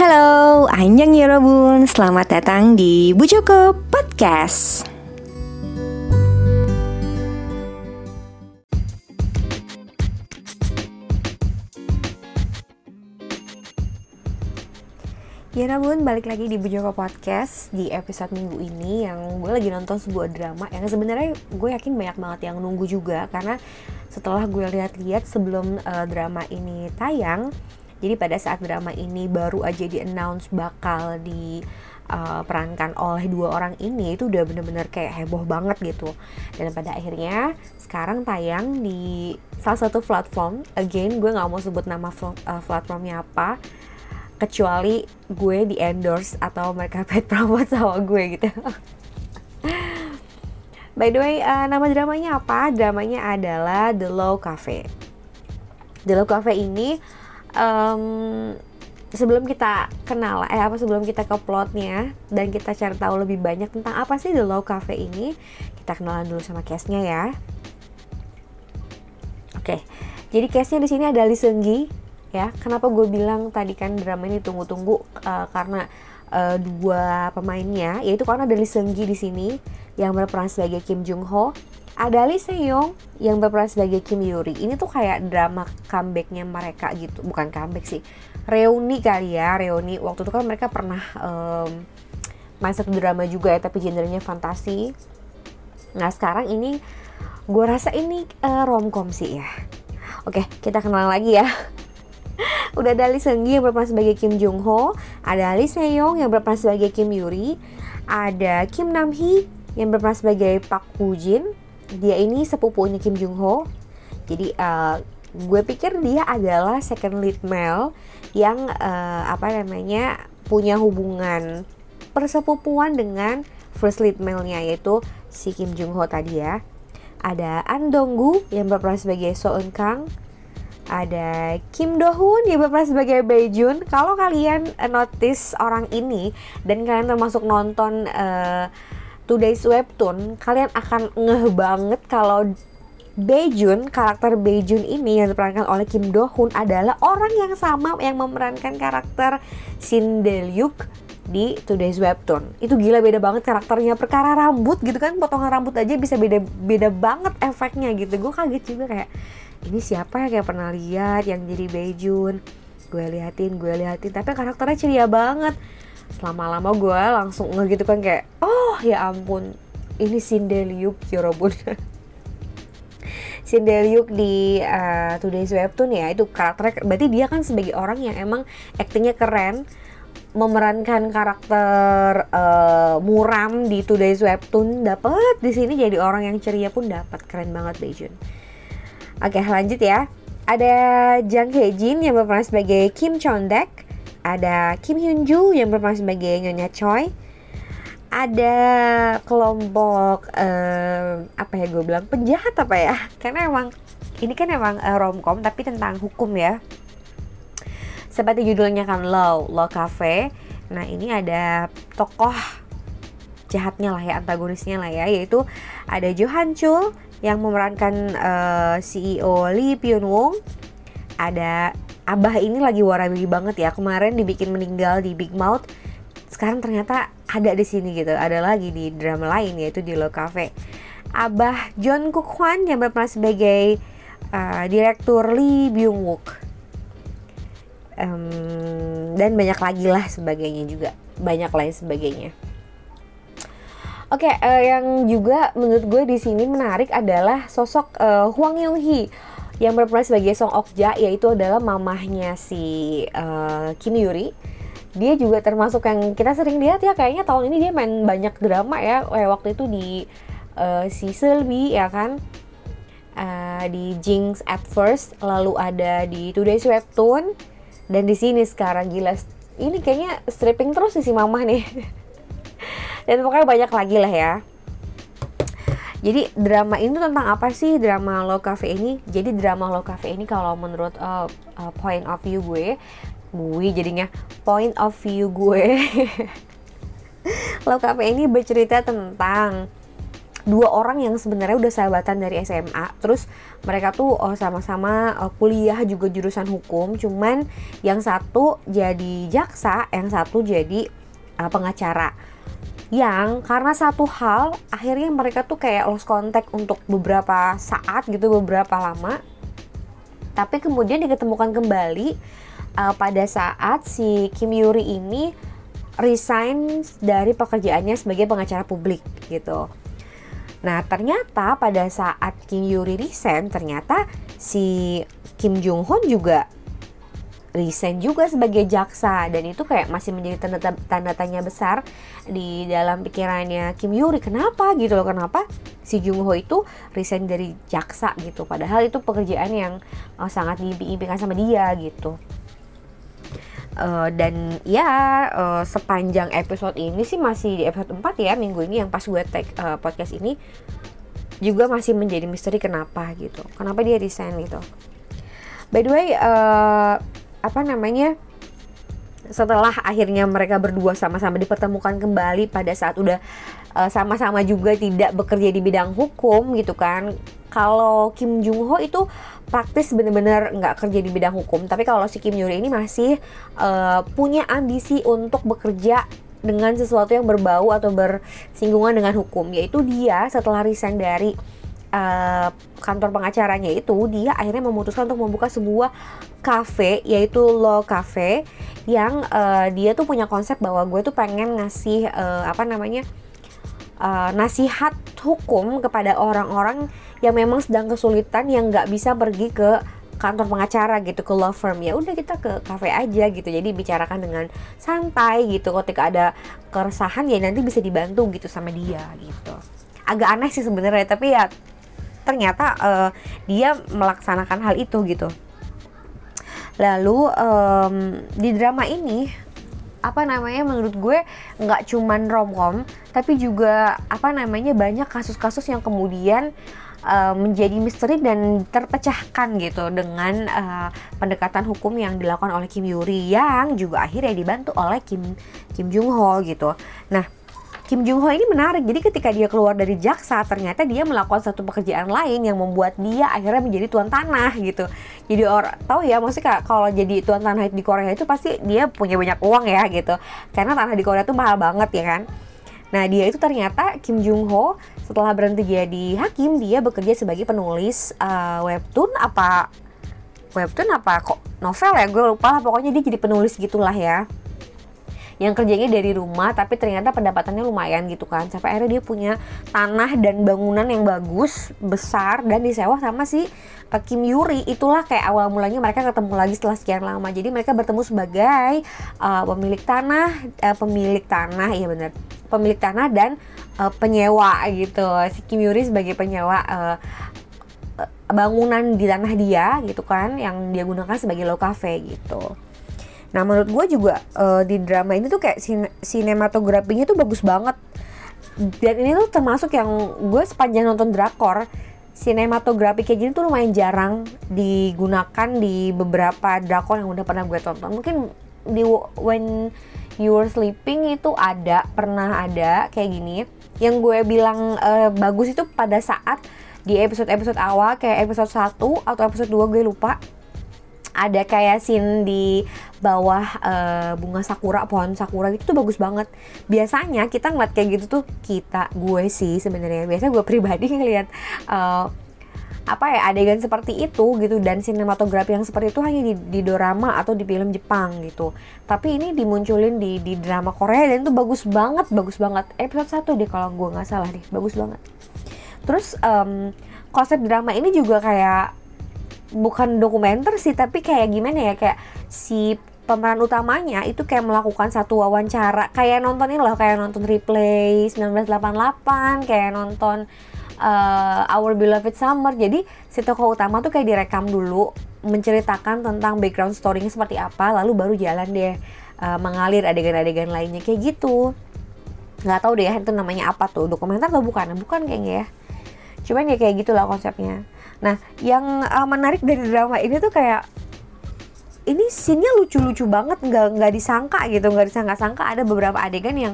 Halo, Annyeong Yorobun. Selamat datang di Bu Joko Podcast. Yorobun, balik lagi di Bu Joko Podcast. Di episode minggu ini yang gue lagi nonton sebuah drama yang sebenarnya gue yakin banyak banget yang nunggu juga. Karena setelah gue lihat-lihat sebelum drama ini tayang, jadi pada saat drama ini baru aja di-announce bakal diperankan oleh dua orang ini, itu udah bener-bener kayak heboh banget gitu. Dan pada akhirnya sekarang tayang di salah satu platform. Again, gue gak mau sebut nama platformnya apa, kecuali gue di-endorse atau mereka paid promote sama gue gitu. By the way, nama dramanya apa? Dramanya adalah The Low Cafe. The Low Cafe ini sebelum kita sebelum kita ke plotnya dan kita cari tahu lebih banyak tentang apa sih The Low Cafe ini, kita kenalan dulu sama cast-nya ya. Oke, jadi cast-nya di sini ada Lee Seung-gi ya. Kenapa gue bilang tadi kan drama ini tunggu-tunggu, karena dua pemainnya, yaitu karena ada Lee Seung-gi di sini yang berperan sebagai Kim Jung Ho. Ada Lee Se-young yang berperan sebagai Kim Yuri. Ini tuh kayak drama comebacknya mereka gitu. Bukan comeback sih, reuni kali ya. Reuni, waktu itu kan mereka pernah main satu drama juga ya, tapi genrenya fantasi. Nah sekarang ini gue rasa ini romcom sih ya. Oke, kita kenalan lagi ya. Udah ada Lee Seung-gi yang berperan sebagai Kim Jung Ho, ada Lee Se-young yang berperan sebagai Kim Yuri, ada Kim Nam-hee yang berperan sebagai Park Woo-jin. Dia ini sepupunya Kim Jung Ho. Jadi gue pikir dia adalah second lead male yang punya hubungan persepupuan dengan first lead male-nya, yaitu si Kim Jung Ho tadi ya. Ada An Dong-gu yang berperan sebagai So Eun Kang. Ada Kim Do Hoon yang berperan sebagai Bae Jun. Kalau kalian notice orang ini dan kalian termasuk nonton Today's Webtoon, kalian akan ngeh banget kalau Bae Jun, karakter Bae Jun ini yang diperankan oleh Kim Do Hoon adalah orang yang sama yang memerankan karakter Shin Dae-ryuk di Today's Webtoon. Itu gila, beda banget karakternya. Perkara rambut gitu kan, potongan rambut aja bisa beda banget efeknya gitu. Gue kaget juga kayak, ini siapa ya, kayak pernah lihat yang jadi Bae Jun. Gue liatin, tapi karakternya ceria banget. Lama-lama gue langsung gitu kan, kayak oh ya ampun, ini Shin Dae-ryuk Yorobun. Shin Dae-ryuk di Today's Webtoon ya, itu karakternya, berarti dia kan sebagai orang yang emang aktingnya keren, memerankan karakter muram di Today's Webtoon, dapet di sini jadi orang yang ceria pun dapat, keren banget Bae Jun. Oke, lanjut ya. Ada Jang Hae-jin yang berperan sebagai Kim Chon-dek. Ada Kim Hyun-joo yang berperan sebagai Nyonya Choi. Ada kelompok penjahat apa ya? Karena emang ini kan emang romcom tapi tentang hukum ya. Seperti judulnya kan Low Cafe. Nah ini ada tokoh jahatnya lah ya, antagonisnya lah ya, yaitu ada Jo Han-chul yang memerankan CEO Lee Pyun-wong. Ada Abah ini lagi warabi banget ya, kemarin dibikin meninggal di Big Mouth, sekarang ternyata ada di sini gitu, ada lagi di drama lain yaitu di Low Cafe. Abah John Kuk Hwan yang berperan sebagai direktur Lee Byung-wook, dan banyak lagi lah sebagainya juga, banyak lain sebagainya. Oke, yang juga menurut gue di sini menarik adalah sosok Hwang Young-hee yang berperan sebagai Song Ok-ja, yaitu adalah mamahnya si Kim Yuri. Dia juga termasuk yang kita sering lihat ya, kayaknya tahun ini dia main banyak drama ya. Waktu itu di si Selby ya kan, di Jinx at First, lalu ada di Today's Webtoon, dan di sini sekarang gila. Ini kayaknya stripping terus si mamah nih. Dan pokoknya banyak lagi lah ya. Jadi drama ini tentang apa sih, drama Low Cafe ini? Jadi drama Low Cafe ini kalau menurut point of view gue Low Cafe ini bercerita tentang dua orang yang sebenarnya udah sahabatan dari SMA, terus mereka tuh sama-sama kuliah juga jurusan hukum, cuman yang satu jadi jaksa, yang satu jadi pengacara. Yang karena satu hal akhirnya mereka tuh kayak lost contact untuk beberapa saat gitu, beberapa lama. Tapi kemudian diketemukan kembali pada saat si Kim Yuri ini resign dari pekerjaannya sebagai pengacara publik gitu. Nah ternyata pada saat Kim Yuri resign, ternyata si Kim Jung Ho juga resign juga sebagai jaksa, dan itu kayak masih menjadi tanda tanya besar di dalam pikirannya Kim Yuri. Kenapa gitu loh, kenapa si Jung Ho itu resign dari jaksa gitu, padahal itu pekerjaan yang sangat diimpikan sama dia gitu. Dan ya sepanjang episode ini sih, masih di episode 4 ya minggu ini yang pas gue tag podcast ini, juga masih menjadi misteri kenapa gitu, kenapa dia resign gitu. By the way, setelah akhirnya mereka berdua sama-sama dipertemukan kembali pada saat udah sama-sama juga tidak bekerja di bidang hukum gitu kan. Kalau Kim Jung Ho itu praktis bener-bener nggak kerja di bidang hukum, tapi kalau si Kim Yuri ini masih punya ambisi untuk bekerja dengan sesuatu yang berbau atau bersinggungan dengan hukum, yaitu dia setelah resign dari kantor pengacaranya itu, dia akhirnya memutuskan untuk membuka sebuah cafe, yaitu Law Cafe, yang dia tuh punya konsep bahwa gue tuh pengen ngasih nasihat hukum kepada orang-orang yang memang sedang kesulitan, yang nggak bisa pergi ke kantor pengacara gitu, ke law firm. Ya udah kita ke cafe aja gitu, jadi bicarakan dengan santai gitu, ketika ada keresahan ya nanti bisa dibantu gitu sama dia gitu. Agak aneh sih sebenarnya, tapi ya ternyata dia melaksanakan hal itu gitu. Lalu di drama ini menurut gue nggak cuman romcom, tapi juga banyak kasus-kasus yang kemudian menjadi misteri dan terpecahkan gitu dengan pendekatan hukum yang dilakukan oleh Kim Yuri, yang juga akhirnya dibantu oleh Kim Jung Ho gitu. Nah, Kim Jung Ho ini menarik. Jadi ketika dia keluar dari jaksa, ternyata dia melakukan satu pekerjaan lain yang membuat dia akhirnya menjadi tuan tanah gitu. Jadi orang tahu ya, maksudnya kalau jadi tuan tanah di Korea itu pasti dia punya banyak uang ya gitu. Karena tanah di Korea itu mahal banget ya kan. Nah dia itu ternyata Kim Jung Ho setelah berhenti jadi hakim, dia bekerja sebagai penulis webtoon apa kok novel ya, gue lupa lah. Pokoknya dia jadi penulis gitulah ya, yang kerjanya dari rumah, tapi ternyata pendapatannya lumayan gitu kan. Sampai akhirnya dia punya tanah dan bangunan yang bagus, besar, dan disewa sama si Kim Yuri. Itulah kayak awal mulanya mereka ketemu lagi setelah sekian lama. Jadi mereka bertemu sebagai pemilik tanah dan penyewa gitu. Si Kim Yuri sebagai penyewa bangunan di tanah dia gitu kan, yang dia gunakan sebagai Law Cafe gitu. Nah menurut gue juga di drama ini tuh kayak sinematografinya tuh bagus banget. Dan ini tuh termasuk yang gue sepanjang nonton drakor, sinematografi kayak gini tuh lumayan jarang digunakan di beberapa drakor yang udah pernah gue tonton. Mungkin di When You Were Sleeping itu pernah ada kayak gini. Yang gue bilang bagus itu pada saat di episode-episode awal, kayak episode 1 atau episode 2 gue lupa. Ada kayak scene di bawah bunga sakura, pohon sakura gitu tuh bagus banget. Biasanya kita ngeliat kayak gitu tuh, gue sih sebenarnya biasa gue pribadi ngeliat adegan seperti itu gitu, dan sinematografi yang seperti itu hanya di dorama atau di film Jepang gitu. Tapi ini dimunculin di drama Korea dan itu bagus banget. Episode 1 deh kalau gue nggak salah deh, bagus banget. Terus konsep drama ini juga kayak bukan dokumenter sih, tapi kayak gimana ya, kayak si pemeran utamanya itu kayak melakukan satu wawancara, kayak nonton Replay 1988, kayak nonton Our Beloved Summer. Jadi si tokoh utama tuh kayak direkam dulu, menceritakan tentang background story-nya seperti apa, lalu baru jalan deh mengalir adegan-adegan lainnya kayak gitu. Nggak tahu deh itu namanya apa tuh, dokumenter atau bukan kayaknya ya. Cuman ya kayak gitulah konsepnya. Nah, yang menarik dari drama ini tuh kayak ini scene-nya lucu-lucu banget, nggak disangka gitu, nggak disangka-sangka ada beberapa adegan yang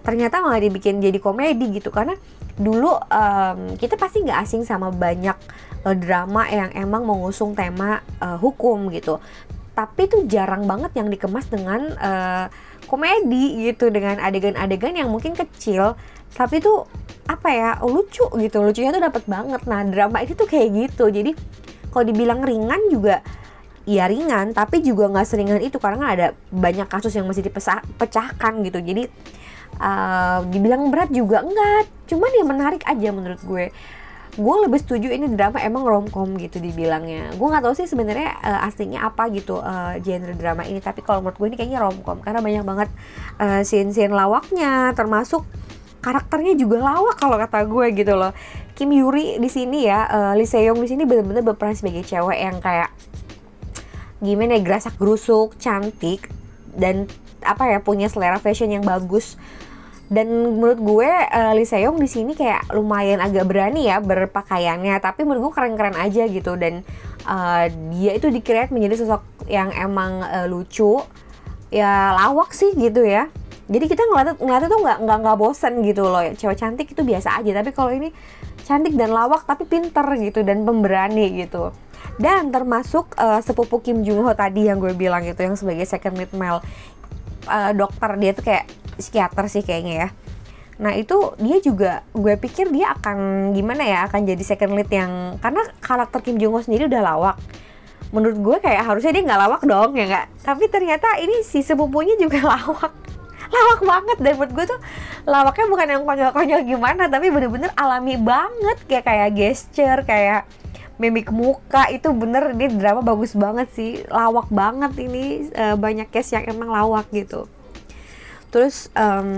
ternyata malah dibikin jadi komedi gitu. Karena dulu kita pasti nggak asing sama banyak drama yang emang mengusung tema hukum gitu, tapi tuh jarang banget yang dikemas dengan komedi gitu, dengan adegan-adegan yang mungkin kecil tapi tuh apa ya, lucu gitu, lucunya tuh dapat banget. Nah drama ini tuh kayak gitu. Jadi kalau dibilang ringan juga ya ringan, tapi juga nggak seringan itu karena ada banyak kasus yang masih dipecahkan gitu. Jadi dibilang berat juga enggak, cuman ya menarik aja menurut gue. Gue lebih setuju ini drama emang romcom gitu dibilangnya. Gue nggak tahu sih sebenarnya aslinya apa gitu genre drama ini, tapi kalau menurut gue ini kayaknya romcom karena banyak banget scene-scene lawaknya, termasuk karakternya juga lawak kalau kata gue gitu loh. Kim Yuri di sini ya, Lee Se Young di sini benar-benar berperan sebagai cewek yang kayak gimana ya, gerasak gerusuk, cantik, dan apa ya, punya selera fashion yang bagus. Dan menurut gue Lee Se Young di sini kayak lumayan agak berani ya berpakaiannya, tapi menurut gue keren-keren aja gitu. Dan dia itu di-create menjadi sosok yang emang lucu, ya lawak sih gitu ya. Jadi kita ngeliatnya tuh nggak bosen gitu loh. Cewek cantik itu biasa aja, tapi kalau ini cantik dan lawak tapi pinter gitu dan pemberani gitu. Dan termasuk sepupu Kim Jung Ho tadi yang gue bilang gitu, yang sebagai second lead male, dokter, dia tuh kayak psikiater sih kayaknya ya. Nah itu dia juga, gue pikir dia akan gimana ya, akan jadi second lead yang, karena karakter Kim Jung Ho sendiri udah lawak. Menurut gue kayak harusnya dia nggak lawak dong ya nggak, tapi ternyata ini si sepupunya juga lawak banget. Dan menurut gue tuh lawaknya bukan yang konyol-konyol gimana, tapi bener-bener alami banget, kayak gesture, kayak mimik muka, itu bener. Ini drama bagus banget sih, lawak banget ini, banyak case yang emang lawak gitu. Terus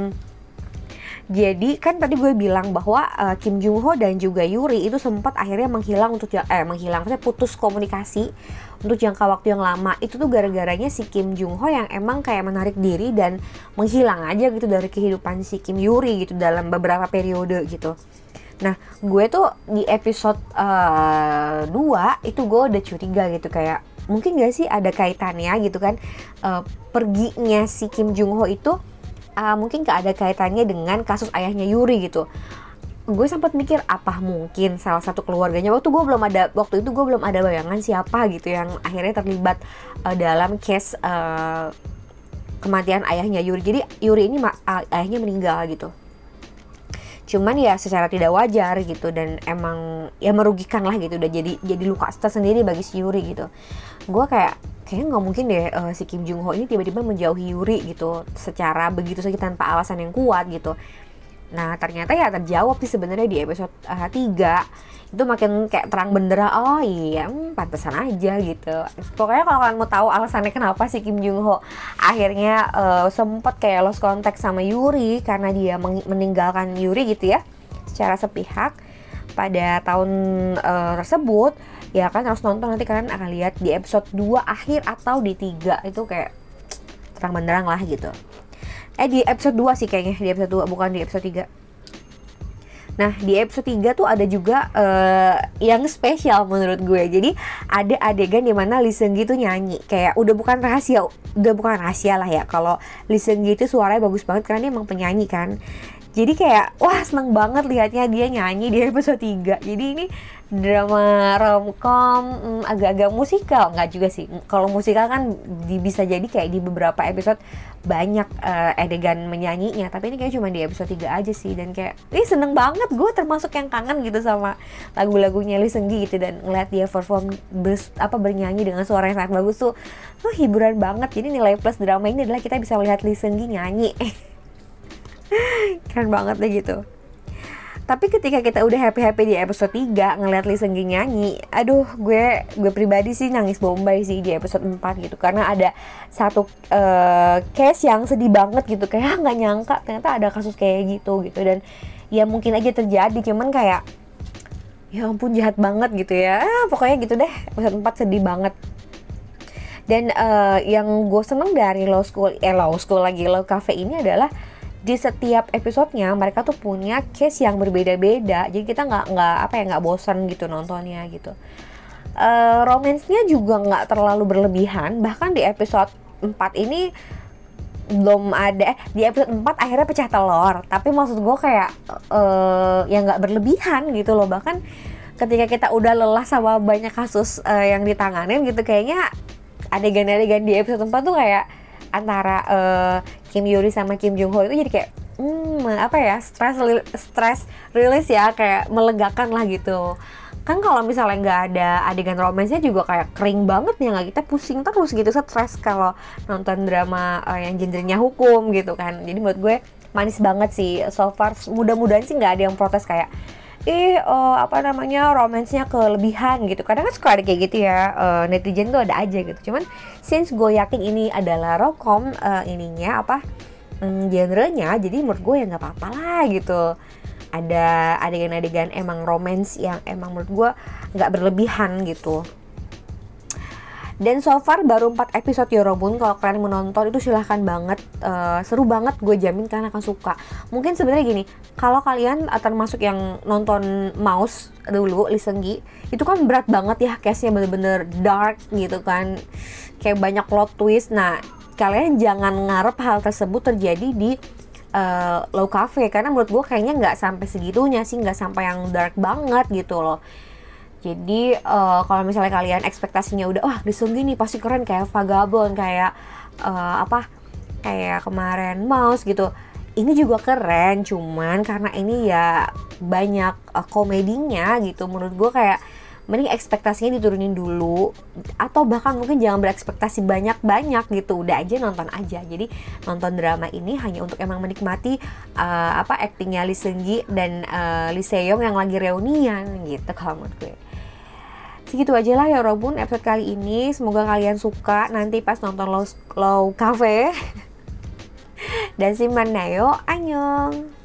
jadi kan tadi gue bilang bahwa Kim Jung Ho dan juga Yuri itu sempat akhirnya menghilang, maksudnya putus komunikasi untuk jangka waktu yang lama. Itu tuh gara-garanya si Kim Jung Ho yang emang kayak menarik diri dan menghilang aja gitu dari kehidupan si Kim Yuri gitu dalam beberapa periode gitu. Nah gue tuh di episode 2 itu gue udah curiga gitu, kayak mungkin gak sih ada kaitannya gitu kan, perginya si Kim Jung Ho itu mungkin gak ada kaitannya dengan kasus ayahnya Yuri gitu. Gue sempat mikir apa mungkin salah satu keluarganya, waktu itu gue belum ada bayangan siapa gitu yang akhirnya terlibat dalam case kematian ayahnya Yuri. Jadi Yuri ini ayahnya meninggal gitu, cuman ya secara tidak wajar gitu, dan emang ya merugikan lah gitu, udah jadi luka tersendiri bagi si Yuri gitu. Gue kayaknya nggak mungkin deh si Kim Jung Ho ini tiba-tiba menjauhi Yuri gitu secara begitu saja tanpa alasan yang kuat gitu. Nah ternyata ya terjawab sih sebenarnya di episode 3 itu, makin kayak terang benderang, oh iya pantesan aja gitu. Pokoknya kalau kalian mau tahu alasannya kenapa si Kim Jung Ho akhirnya sempat kayak lost contact sama Yuri karena dia meninggalkan Yuri gitu ya secara sepihak pada tahun tersebut, ya kan harus nonton, nanti kalian akan lihat di episode 2 akhir atau di 3 itu kayak terang benderang lah gitu. Di episode 2 sih kayaknya, di episode 2 bukan di episode 3. Nah di episode 3 tuh ada juga yang spesial menurut gue. Jadi ada adegan dimana Lee Seung Gi tuh nyanyi, kayak udah bukan rahasia lah ya kalau Lee Seung Gi itu suaranya bagus banget karena dia emang penyanyi kan. Jadi kayak wah seneng banget lihatnya dia nyanyi di episode 3. Jadi ini drama romcom agak-agak musikal, nggak juga sih. Kalau musikal kan bisa jadi kayak di beberapa episode banyak adegan menyanyinya, tapi ini kayak cuma di episode 3 aja sih. Dan kayak seneng banget, gue termasuk yang kangen gitu sama lagu-lagunya Lee Seung Gi gitu, dan ngeliat dia perform bernyanyi dengan suara yang sangat bagus tuh hiburan banget. Jadi nilai plus drama ini adalah kita bisa melihat Lee Seung Gi nyanyi. Keren banget deh gitu. Tapi ketika kita udah happy di episode 3 ngeliat Lee Seung Gi nyanyi, aduh gue pribadi sih nangis bombay sih di episode 4 gitu. Karena ada satu case yang sedih banget gitu, kayak nggak nyangka ternyata ada kasus kayak gitu. Dan ya mungkin aja terjadi, cuman kayak ya ampun jahat banget gitu ya. Pokoknya gitu deh, episode 4 sedih banget. Dan yang gue seneng dari Law Cafe ini adalah di setiap episodenya mereka tuh punya case yang berbeda-beda, jadi kita nggak bosan gitu nontonnya gitu. Romance-nya juga nggak terlalu berlebihan, bahkan di episode 4 ini belum ada di episode 4 akhirnya pecah telur, tapi maksud gue kayak ya nggak berlebihan gitu loh. Bahkan ketika kita udah lelah sama banyak kasus yang ditanganin gitu, kayaknya adegan-adegan di episode 4 tuh kayak antara Kim Yuri sama Kim Jung Ho itu jadi kayak apa ya, stress release ya, kayak melegakan lah gitu. Kan kalau misalnya nggak ada adegan romansnya juga kayak kering banget ya, nggak, kita pusing terus gitu, stres kalau nonton drama yang genrenya hukum gitu kan. Jadi menurut gue manis banget sih so far. Mudah-mudahan sih nggak ada yang protes kayak apa namanya, romansnya kelebihan gitu. Kadang kan suka ada kayak gitu ya, netizen tuh ada aja gitu. Cuman since gue yakin ini adalah romcom ininya apa genrenya, jadi menurut gue ya nggak apa-apa lah gitu. Ada adegan-adegan emang romance yang emang menurut gue nggak berlebihan gitu. Dan so far baru 4 episode Yorobun. Kalau kalian menonton itu silahkan banget, seru banget, gue jamin kalian akan suka. Mungkin sebenarnya gini, kalau kalian termasuk yang nonton Mouse dulu, Lee Seung-gi, itu kan berat banget ya, case-nya bener-bener dark gitu kan, kayak banyak plot twist. Nah, kalian jangan ngarep hal tersebut terjadi di Low Cafe, karena menurut gue kayaknya nggak sampai segitunya sih, nggak sampai yang dark banget gitu loh. Jadi kalau misalnya kalian ekspektasinya udah wah Lee Seung-gi nih pasti keren kayak Vagabond, kayak kayak kemarin Mouse gitu, ini juga keren, cuman karena ini ya banyak komedinya gitu, menurut gue kayak mending ekspektasinya diturunin dulu, atau bahkan mungkin jangan berekspektasi banyak-banyak gitu, udah aja nonton aja. Jadi nonton drama ini hanya untuk emang menikmati aktingnya Lee Seung-gi dan Lee Se-young yang lagi reunian gitu kalau menurut gue. Segitu aja lah ya Robun episode kali ini, semoga kalian suka nanti pas nonton Low Cafe. Dan simpan nayo, annyeong.